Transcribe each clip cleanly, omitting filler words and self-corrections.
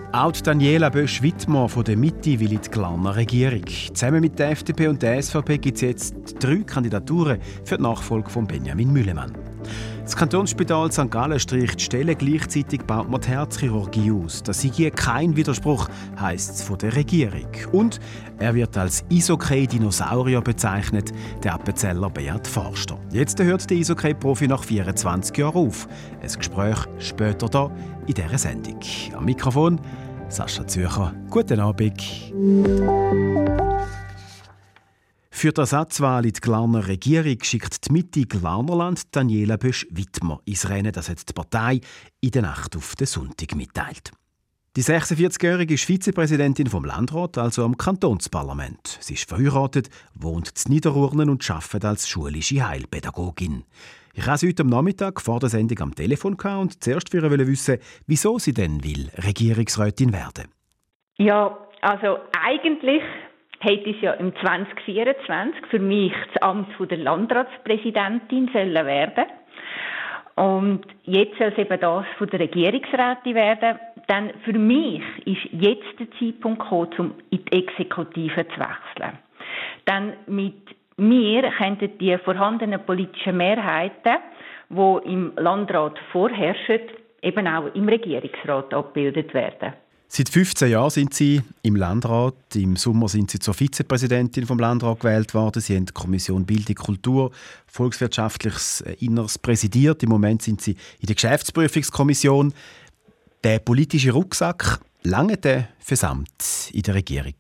Auch Daniela Bösch-Wittmer von der Mitte will in die Glarner Regierung. Zusammen mit der FDP und der SVP gibt es jetzt 3 Kandidaturen für die Nachfolge von Benjamin Müllemann. Das Kantonsspital St. Gallen streicht Stellen, gleichzeitig baut man die Herzchirurgie aus. Das sei kein Widerspruch, heisst es von der Regierung. Und er wird als Eishockey-Dinosaurier bezeichnet, der Appenzeller Beat Forster. Jetzt hört der Eishockey-Profi nach 24 Jahren auf. Ein Gespräch später hier in dieser Sendung. Am Mikrofon Sascha Zürcher. Guten Abend. Für die Ersatzwahl in die Glarner Regierung schickt die Mitte Glarnerland Daniela Bösch-Wittmer ins Rennen. Das hat die Partei in der Nacht auf den Sonntag mitteilt. Die 46-Jährige ist Vizepräsidentin vom Landrat, also am Kantonsparlament. Sie ist verheiratet, wohnt in Niederurnen und arbeitet als schulische Heilpädagogin. Ich habe sie heute am Nachmittag vor der Sendung am Telefon und zuerst für sie wissen, wieso sie denn will Regierungsrätin werden. Ja, also eigentlich hätte es ja im 2024 für mich das Amt der Landratspräsidentin werden. Und jetzt soll es eben das von der Regierungsrätin werden. Denn für mich ist jetzt der Zeitpunkt gekommen, um in die Exekutive zu wechseln. Denn mit mir könnten die vorhandenen politischen Mehrheiten, die im Landrat vorherrschen, eben auch im Regierungsrat abgebildet werden. Seit 15 Jahren sind Sie im Landrat. Im Sommer sind Sie zur Vizepräsidentin vom Landrat gewählt worden. Sie haben die Kommission Bildung, Kultur, Volkswirtschaftliches Inneres präsidiert. Im Moment sind Sie in der Geschäftsprüfungskommission. Der politische Rucksack, lange der fürs Amt in der Regierung?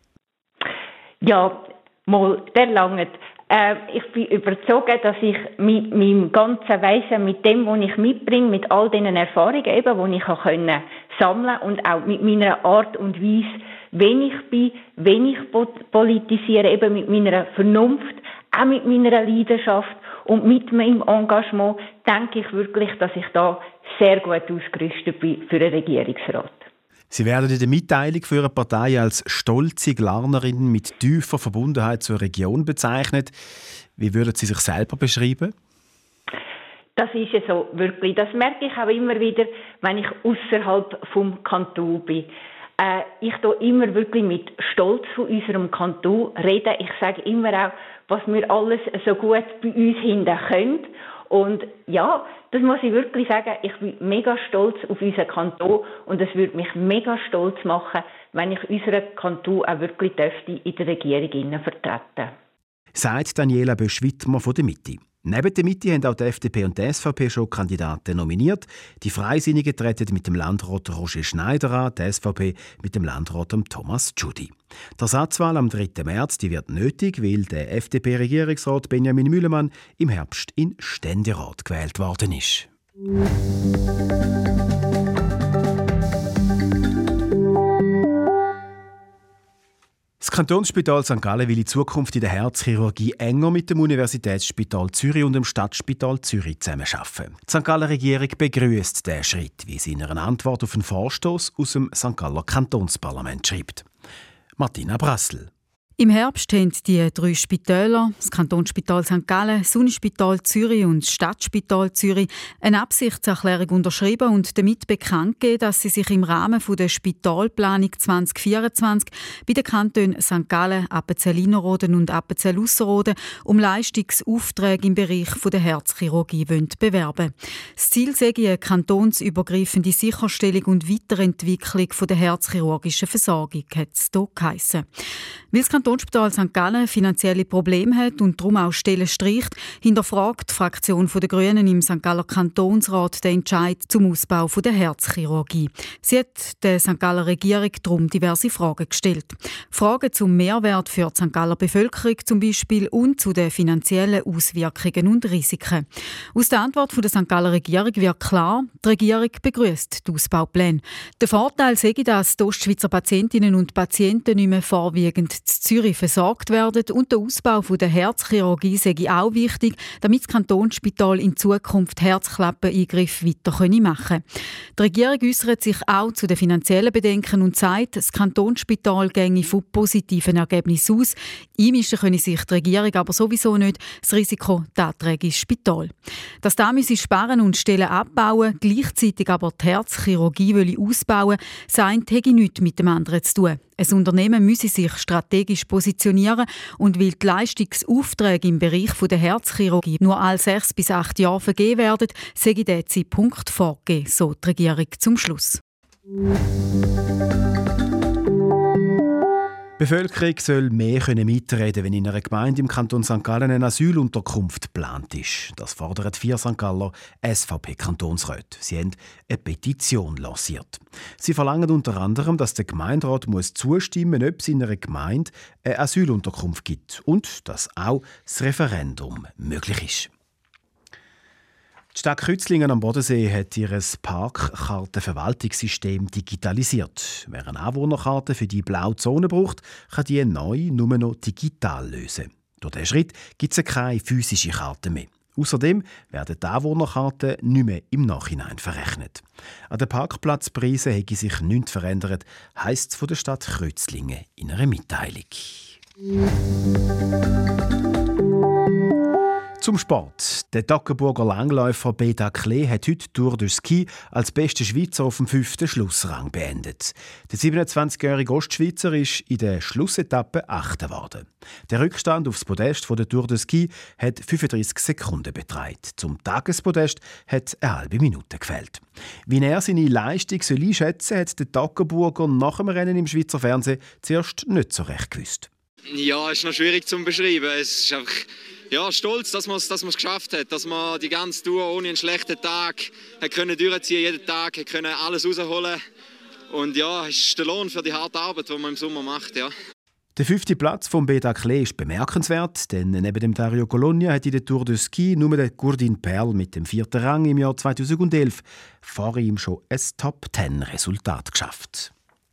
Ja, der lange. Ich bin überzeugt, dass ich mit meinem ganzen Wesen, mit dem, was ich mitbringe, mit all diesen Erfahrungen, eben, die ich sammeln konnte und auch mit meiner Art und Weise, wenn ich bin, wenn ich politisiere, eben mit meiner Vernunft, auch mit meiner Leidenschaft und mit meinem Engagement, denke ich wirklich, dass ich da sehr gut ausgerüstet bin für den Regierungsrat. Sie werden in der Mitteilung für Ihre Partei als stolze Glarnerin mit tiefer Verbundenheit zur Region bezeichnet. Wie würden Sie sich selber beschreiben? Das ist ja so, wirklich. Das merke ich auch immer wieder, wenn ich außerhalb vom Kanton bin. Ich tue immer wirklich mit Stolz von unserem Kanton reden. Ich sage immer auch, was wir alles so gut bei uns hinten können. Und ja, das muss ich wirklich sagen, ich bin mega stolz auf unseren Kanton und es würde mich mega stolz machen, wenn ich unseren Kanton auch wirklich in der Regierung vertreten. Sagt Daniela Bösch-Wittmer von der Mitte. Neben der Mitte haben auch die FDP und die SVP schon Kandidaten nominiert. Die Freisinnigen treten mit dem Landrat Roger Schneider an, die SVP mit dem Landrat Thomas Tschudi. Die Ersatzwahl am 3. März die wird nötig, weil der FDP-Regierungsrat Benjamin Müllemann im Herbst in Ständerat gewählt worden ist. Das Kantonsspital St. Gallen will in Zukunft in der Herzchirurgie enger mit dem Universitätsspital Zürich und dem Stadtspital Zürich zusammenarbeiten. Die St. Galler Regierung begrüßt diesen Schritt, wie sie in einer Antwort auf einen Vorstoß aus dem St. Galler Kantonsparlament schreibt. Martina Brassel. Im Herbst haben die 3 Spitäler, das Kantonsspital St. Gallen, das Unispital Zürich und das Stadtspital Zürich, eine Absichtserklärung unterschrieben und damit bekannt gegeben, dass sie sich im Rahmen der Spitalplanung 2024 bei den Kantonen St. Gallen, Appenzell-Innerrhoden und Appenzell-Ausserrhoden um Leistungsaufträge im Bereich der Herzchirurgie bewerben. Das Ziel sei eine kantonsübergreifende Sicherstellung und Weiterentwicklung der herzchirurgischen Versorgung, hat es hier geheissen. Weil das Kantonsspital St. Gallen finanzielle Probleme hat und darum auch Stellen streicht, hinterfragt die Fraktion der Grünen im St. Galler Kantonsrat den Entscheid zum Ausbau der Herzchirurgie. Sie hat der St. Galler Regierung darum diverse Fragen gestellt. Fragen zum Mehrwert für die St. Galler Bevölkerung zum Beispiel und zu den finanziellen Auswirkungen und Risiken. Aus der Antwort der St. Galler Regierung wird klar, die Regierung begrüßt die Ausbaupläne. Der Vorteil sei, dass die Ostschweizer Patientinnen und Patienten nicht mehr vorwiegend in Zürich versorgt werden und der Ausbau der Herzchirurgie sei auch wichtig, damit das Kantonsspital in Zukunft Herzklappeneingriffe weiter machen können. Die Regierung äußert sich auch zu den finanziellen Bedenken und sagt, das Kantonsspital ginge von positiven Ergebnissen aus. Einmischen könne sich die Regierung aber sowieso nicht. Das Risiko träge das Spital. Dass da müsse sparen und Stellen abbauen, gleichzeitig aber die Herzchirurgie ausbauen, sei hätte nichts mit dem anderen zu tun. Ein Unternehmen müsse sich strategisch positionieren und weil die Leistungsaufträge im Bereich der Herzchirurgie nur alle 6 bis 8 Jahre vergeben werden, sei dieser Zeitpunkt vorgegeben, so die Regierung zum Schluss. Die Bevölkerung soll mehr mitreden, wenn in einer Gemeinde im Kanton St. Gallen eine Asylunterkunft geplant ist. Das fordern 4 St. Galler SVP-Kantonsräte. Sie haben eine Petition lanciert. Sie verlangen unter anderem, dass der Gemeinderat zustimmen muss, ob es in einer Gemeinde eine Asylunterkunft gibt und dass auch das Referendum möglich ist. Die Stadt Kützlingen am Bodensee hat ihr Parkkartenverwaltungssystem digitalisiert. Wer eine Anwohnerkarte für die blaue Zone braucht, kann die neu nur noch digital lösen. Durch diesen Schritt gibt es keine physische Karte mehr. Außerdem werden die Anwohnerkarten nicht mehr im Nachhinein verrechnet. An den Parkplatzpreisen hätte sich nichts verändert, heisst es von der Stadt Kützlingen in einer Mitteilung. Zum Sport. Der Toggenburger Langläufer Beda Klee hat heute Tour de Ski als bester Schweizer auf dem 5. Schlussrang beendet. Der 27-jährige Ostschweizer ist in der Schlussetappe 8. geworden. Der Rückstand aufs Podest der Tour de Ski hat 35 Sekunden betragen. Zum Tagespodest hat eine halbe Minute gefehlt. Wie er seine Leistung einschätzen soll, hat der Toggenburger nach dem Rennen im Schweizer Fernsehen zuerst nicht so recht gewusst. Ja, es ist noch schwierig zu beschreiben. Es ist einfach stolz, dass man es geschafft hat, dass man die ganze Tour ohne einen schlechten Tag durchziehen konnte, jeden Tag alles rausholen. Und ja, es ist der Lohn für die harte Arbeit, die man im Sommer macht. Ja. Der 5. Platz von Beda Klee ist bemerkenswert, denn neben dem Dario Colonia hat in der Tour de Ski nur der Gurdin Perl mit dem 4. Rang im Jahr 2011 vor ihm schon ein Top-10-Resultat geschafft.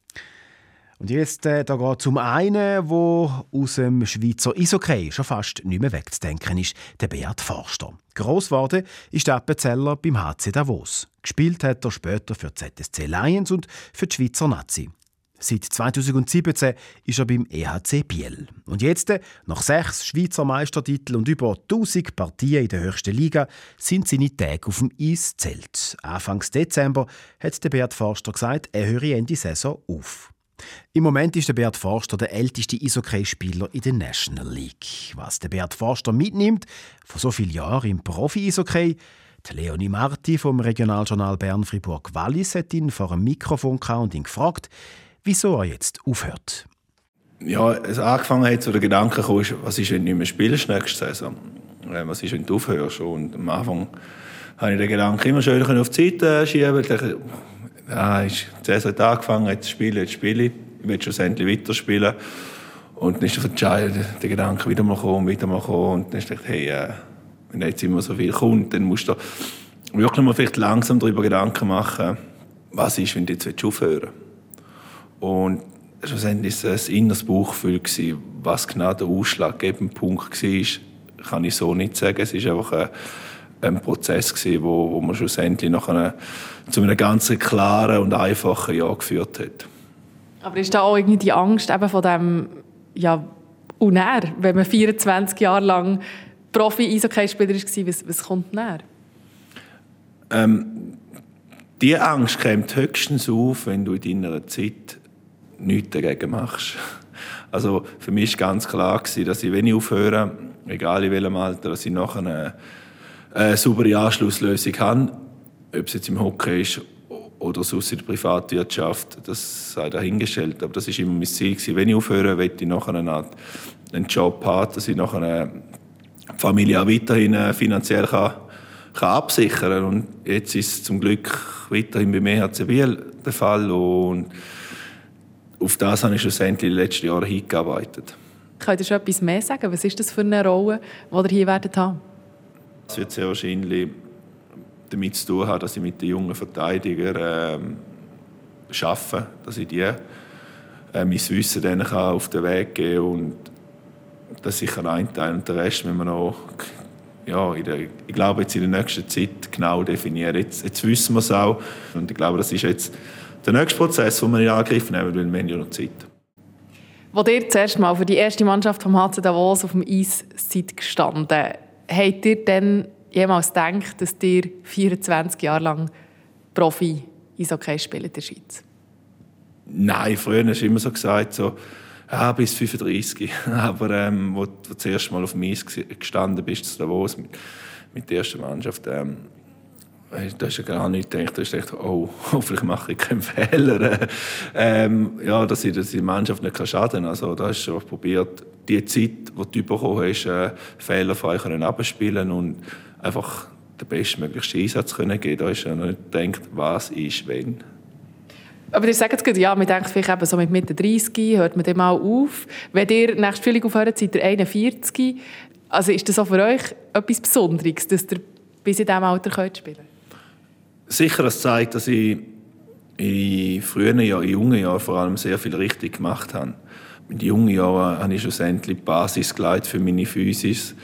Und jetzt da geht es um einen, der aus dem Schweizer Eishockey schon fast nicht mehr wegzudenken ist, der Beat Forster. Gross geworden ist der Appenzeller beim HC Davos. Gespielt hat er später für die ZSC Lions und für die Schweizer Nazi. Seit 2017 ist er beim EHC Biel. Und jetzt, nach 6 Schweizer Meistertiteln und über 1000 Partien in der höchsten Liga, sind seine Tage auf dem Eis zählt. Anfang Dezember hat der Beat Forster gesagt, er höre Ende Saison auf. Im Moment ist der Beat Forster der älteste Eishockey-Spieler in der National League. Was der Beat Forster mitnimmt, von so vielen Jahren im Profi-Eishockey, die Leonie Marti vom Regionaljournal Bern-Fribourg-Wallis hat ihn vor einem Mikrofon und ihn gefragt, wieso er jetzt aufhört. Ja, es angefangen hat, so der Gedanke kam, was ist, wenn du nicht mehr spielst nächste Saison? Was ist, wenn du aufhörst? Und am Anfang habe ich den Gedanken immer schön auf die Seite schieben. Ich dachte, die Saison hat angefangen, jetzt spiele ich. Ich will schlussendlich weiterspielen. Und dann ist der Gedanke wieder mal kommen. Und dann dachte ich, hey, wenn jetzt immer so viel kommt, dann musst du wirklich mal vielleicht langsam darüber Gedanken machen, was ist, wenn du jetzt aufhören willst. Und schlussendlich war es ein inneres Bauchgefühl, was genau der ausschlaggebende Punkt war, kann ich so nicht sagen. Es war einfach ein Prozess, wo man schlussendlich zu einem ganz klaren und einfachen Ja geführt hat. Aber ist da auch irgendwie die Angst eben von dem, wenn man 24 Jahre lang Profi-Eishockey-Spieler war, was kommt näher? Die Angst kommt höchstens auf, wenn du in deiner Zeit nichts dagegen machst. Also für mich war ganz klar, dass ich, wenn ich aufhöre, egal in welchem Alter, dass ich nachher eine saubere Anschlusslösung habe. Ob es jetzt im Hockey ist oder sonst in der Privatwirtschaft, das sei dahingestellt. Aber das war immer mein Ziel. Wenn ich aufhöre, möchte ich nachher einen Job haben, dass ich nachher die Familie auch weiterhin finanziell kann absichern kann. Und jetzt ist es zum Glück weiterhin beim EHC Biel der Fall. Und auf das habe ich schlussendlich in den letzten Jahren hingearbeitet. Könnt ihr schon etwas mehr sagen? Was ist das für eine Rolle, die ihr hier haben werdet? Es wird sehr wahrscheinlich damit zu tun haben, dass ich mit den jungen Verteidigern arbeite, dass ich die mein Wissen denen kann auf den Weg geben und das ist sicher ein Teil. Und den Rest müssen wir noch, ich glaube, jetzt in der nächsten Zeit genau definieren. Jetzt wissen wir es auch. Und ich glaube, das ist jetzt der nächste Prozess, den wir in Angriff nehmen, weil wir haben ja noch Zeit. Als ihr das erste Mal für die erste Mannschaft vom HC Davos auf dem Eis seid gestanden, habt ihr dann jemals gedacht, dass ihr 24 Jahre lang Profi-Eishockey spielt in der Schweiz? Nein, früher hast du immer so gesagt, bis 35. Aber wo du das erste Mal auf dem Eis gestanden bist, zu Davos mit der ersten Mannschaft, da hast du gar nicht gedacht. Da hast du gedacht, hoffentlich mache ich keinen Fehler. Dass ich die Mannschaft nicht schaden kann. Also, da hast du schon probiert, die Zeit, die du bekommen hast, fehlerfrei abzuspielen und einfach den bestmöglichen Einsatz geben können. Da hast du noch nicht gedacht, was ist, wenn. Aber ihr sagt jetzt, man denkt vielleicht eben so mit Mitte 30, hört man dem mal auf. Wenn ihr nächstes Frühling aufhört, seid ihr 41. Also ist das auch für euch etwas Besonderes, dass ihr bis in diesem Alter spielen könnt? Sicher, das zeigt, dass ich in frühen Jahren, in jungen Jahren vor allem sehr viel richtig gemacht habe. In den jungen Jahren habe ich schlussendlich die Basis gelegt für meine Physis.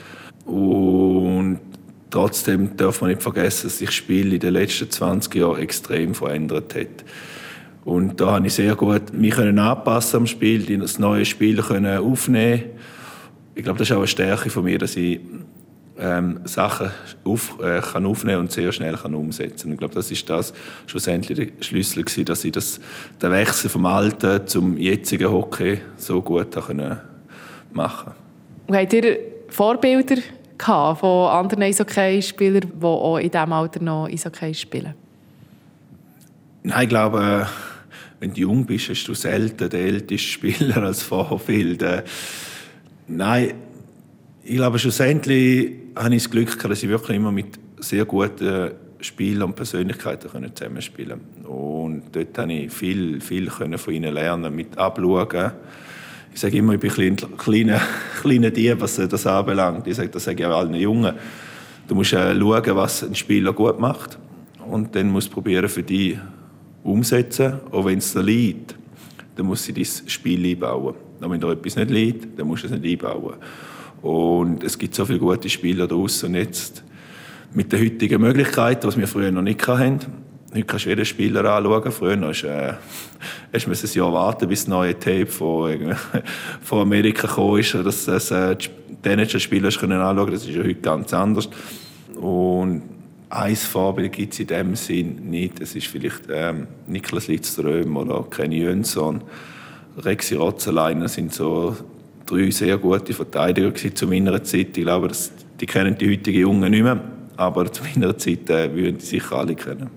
Und trotzdem darf man nicht vergessen, dass sich das Spiel in den letzten 20 Jahren extrem verändert hat. Und da habe ich sehr gut mich anpassen am Spiel, das neue Spiel aufnehmen. Ich glaube, das ist auch eine Stärke von mir, dass ich Sachen kann aufnehmen und sehr schnell umsetzen kann. Ich glaube, das ist das schlussendlich der Schlüssel gewesen, dass ich den Wechsel vom alten zum jetzigen Hockey so gut machen konnte. Habt ihr Vorbilder gehabt von anderen Eishockey-Spielern, die auch in diesem Alter noch Eishockey spielen? Nein, ich glaube, wenn du jung bist, hast du selten den ältesten Spieler als Vorbild. Nein, ich glaube, schlussendlich habe ich das Glück gehabt, dass ich wirklich immer mit sehr guten Spielern und Persönlichkeiten zusammenspielen konnte. Und dort konnte ich viel von ihnen lernen, mit abschauen. Ich sage immer, ich bin ein kleiner Dieb, was das anbelangt. Das sage ich auch allen Jungen. Du musst schauen, was ein Spieler gut macht. Und dann musst du probieren, für dich umsetzen. Auch wenn es dir liegt, dann musst du dein Spiel einbauen. Und wenn dir etwas nicht liegt, dann musst du es nicht einbauen. Und es gibt so viele gute Spieler draussen. Und jetzt mit den heutigen Möglichkeiten, die wir früher noch nicht hatten. Heute kannst du jeden Spieler anschauen. Früher musst du ein Jahr warten, bis das neue Tape von Amerika gekommen ist, dass die Spieler anschauen können. Das ist ja heute ganz anders. Und ein Vorbild gibt es in dem Sinn nicht. Es ist vielleicht Niklas Lidström oder Kenny Jönsson, Rexi Rotzelainer sind so 3 sehr gute Verteidiger zu meiner Zeit. Ich glaube, die kennen die heutigen Jungen nicht mehr, aber zu meiner Zeit würden die sicher alle kennen.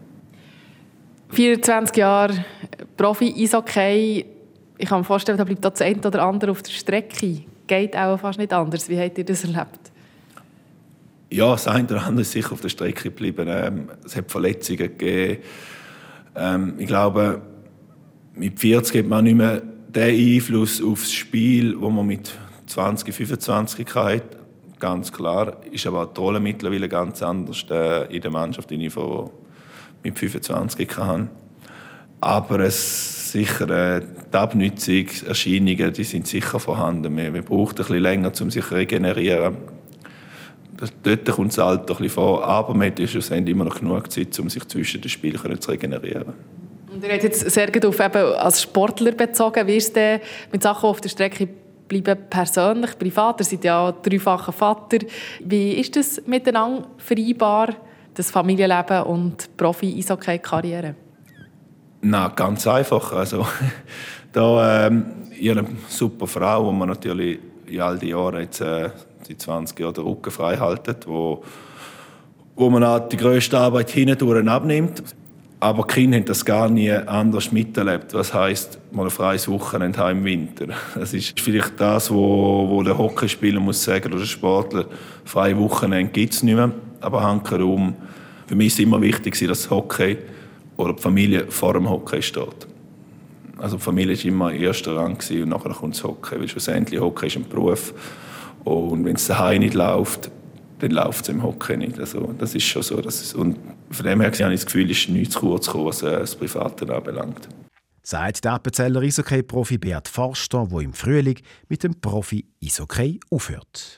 24 Jahre Profi-Eishockey. Ich kann mir vorstellen, da bleibt das eine oder andere auf der Strecke. Geht auch fast nicht anders. Wie habt ihr das erlebt? Ja, das eine oder andere ist sicher auf der Strecke geblieben. Es hat Verletzungen gegeben. Ich glaube, mit 40 hat man nicht mehr den Einfluss auf das Spiel, den man mit 20, 25 hatte. Ganz klar. Ist aber auch die Rolle mittlerweile ganz anders in der Mannschaft, die ich mit 25 hatte. Aber die Abnutzungserscheinungen, die sind sicher vorhanden. Man braucht ein bisschen länger, um sich zu regenerieren. Dort kommt das Alter ein bisschen vor, aber man hat ja schlussendlich immer noch genug Zeit, um sich zwischen den Spielen zu regenerieren. Und ihr habt jetzt sehr gut auf eben als Sportler bezogen. Wie ist es denn mit Sachen auf der Strecke bleiben, persönlich, privat? Ihr seid ja 3-facher Vater. Wie ist das miteinander vereinbar, das Familienleben und Profi-Eishockey-Karriere? Na, ganz einfach. Also, da, ich habe eine super Frau, die man natürlich in all die Jahren jetzt, seit 20 Jahren den Rücken frei haltet, wo man auch die grösste Arbeit hindurch abnimmt. Aber die Kinder haben das gar nie anders miterlebt. Was heisst, mal ein freies Wochenende haben im Winter. Das ist vielleicht das, wo der Hockeyspieler muss sagen, oder der Sportler, freie Wochenende gibt es nicht mehr. Aber hankerum, für mich war immer wichtig, dass das Hockey oder die Familie vor dem Hockey steht. Also die Familie war immer erster Rang und nachher kommt das Hockey. Weil schlussendlich Hockey ist ein Beruf. Und wenn es daheim nicht läuft, dann läuft es im Hockey nicht. Also, das ist schon so. Und von dem her habe ich das Gefühl, es ist nichts zu kurz gekommen, was das Private anbelangt. sagt der Appenzeller Eishockey-Profi Beat Forster, der im Frühling mit dem Profi-Eishockey aufhört.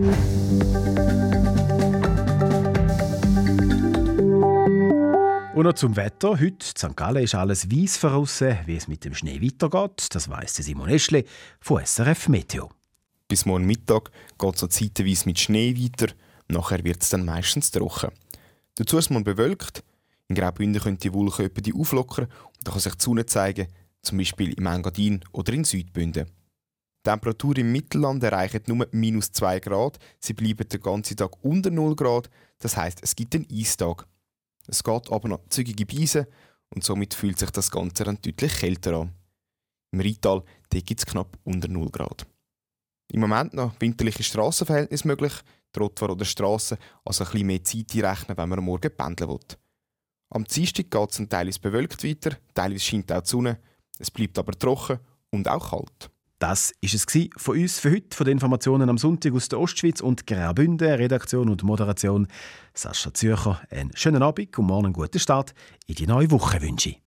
Und noch zum Wetter. Heute in St. Gallen ist alles weiss voraus. Wie es mit dem Schnee weitergeht, das weiss Simon Eschle von SRF Meteo. Bis morgen Mittag geht es zeitweise mit Schnee weiter. Nachher wird es dann meistens trocken. Dazu ist man bewölkt. In Graubünden können die Wolken etwa auflockern und da kann sich die Sonne zeigen, zum Beispiel im Engadin oder in Südbünden. Die Temperaturen im Mittelland erreichen nur -2 Grad. Sie bleiben den ganzen Tag unter 0 Grad. Das heisst, es gibt einen Eistag. Es geht aber noch zügige Beise und somit fühlt sich das Ganze dann deutlich kälter an. Im Rheintal gibt es knapp unter 0 Grad. Im Moment noch winterliche Strassenverhältnisse möglich, Trottoir oder Strasse, also ein bisschen mehr Zeit einrechnen, wenn man am Morgen pendeln will. Am Dienstag geht es teilweise bewölkt weiter, teilweise scheint auch die Sonne, es bleibt aber trocken und auch kalt. Das war es von uns für heute, von den Informationen am Sonntag aus der Ostschweiz und Graubünden. Redaktion und Moderation Sascha Zürcher. Einen schönen Abend und morgen einen guten Start in die neue Woche wünsche ich.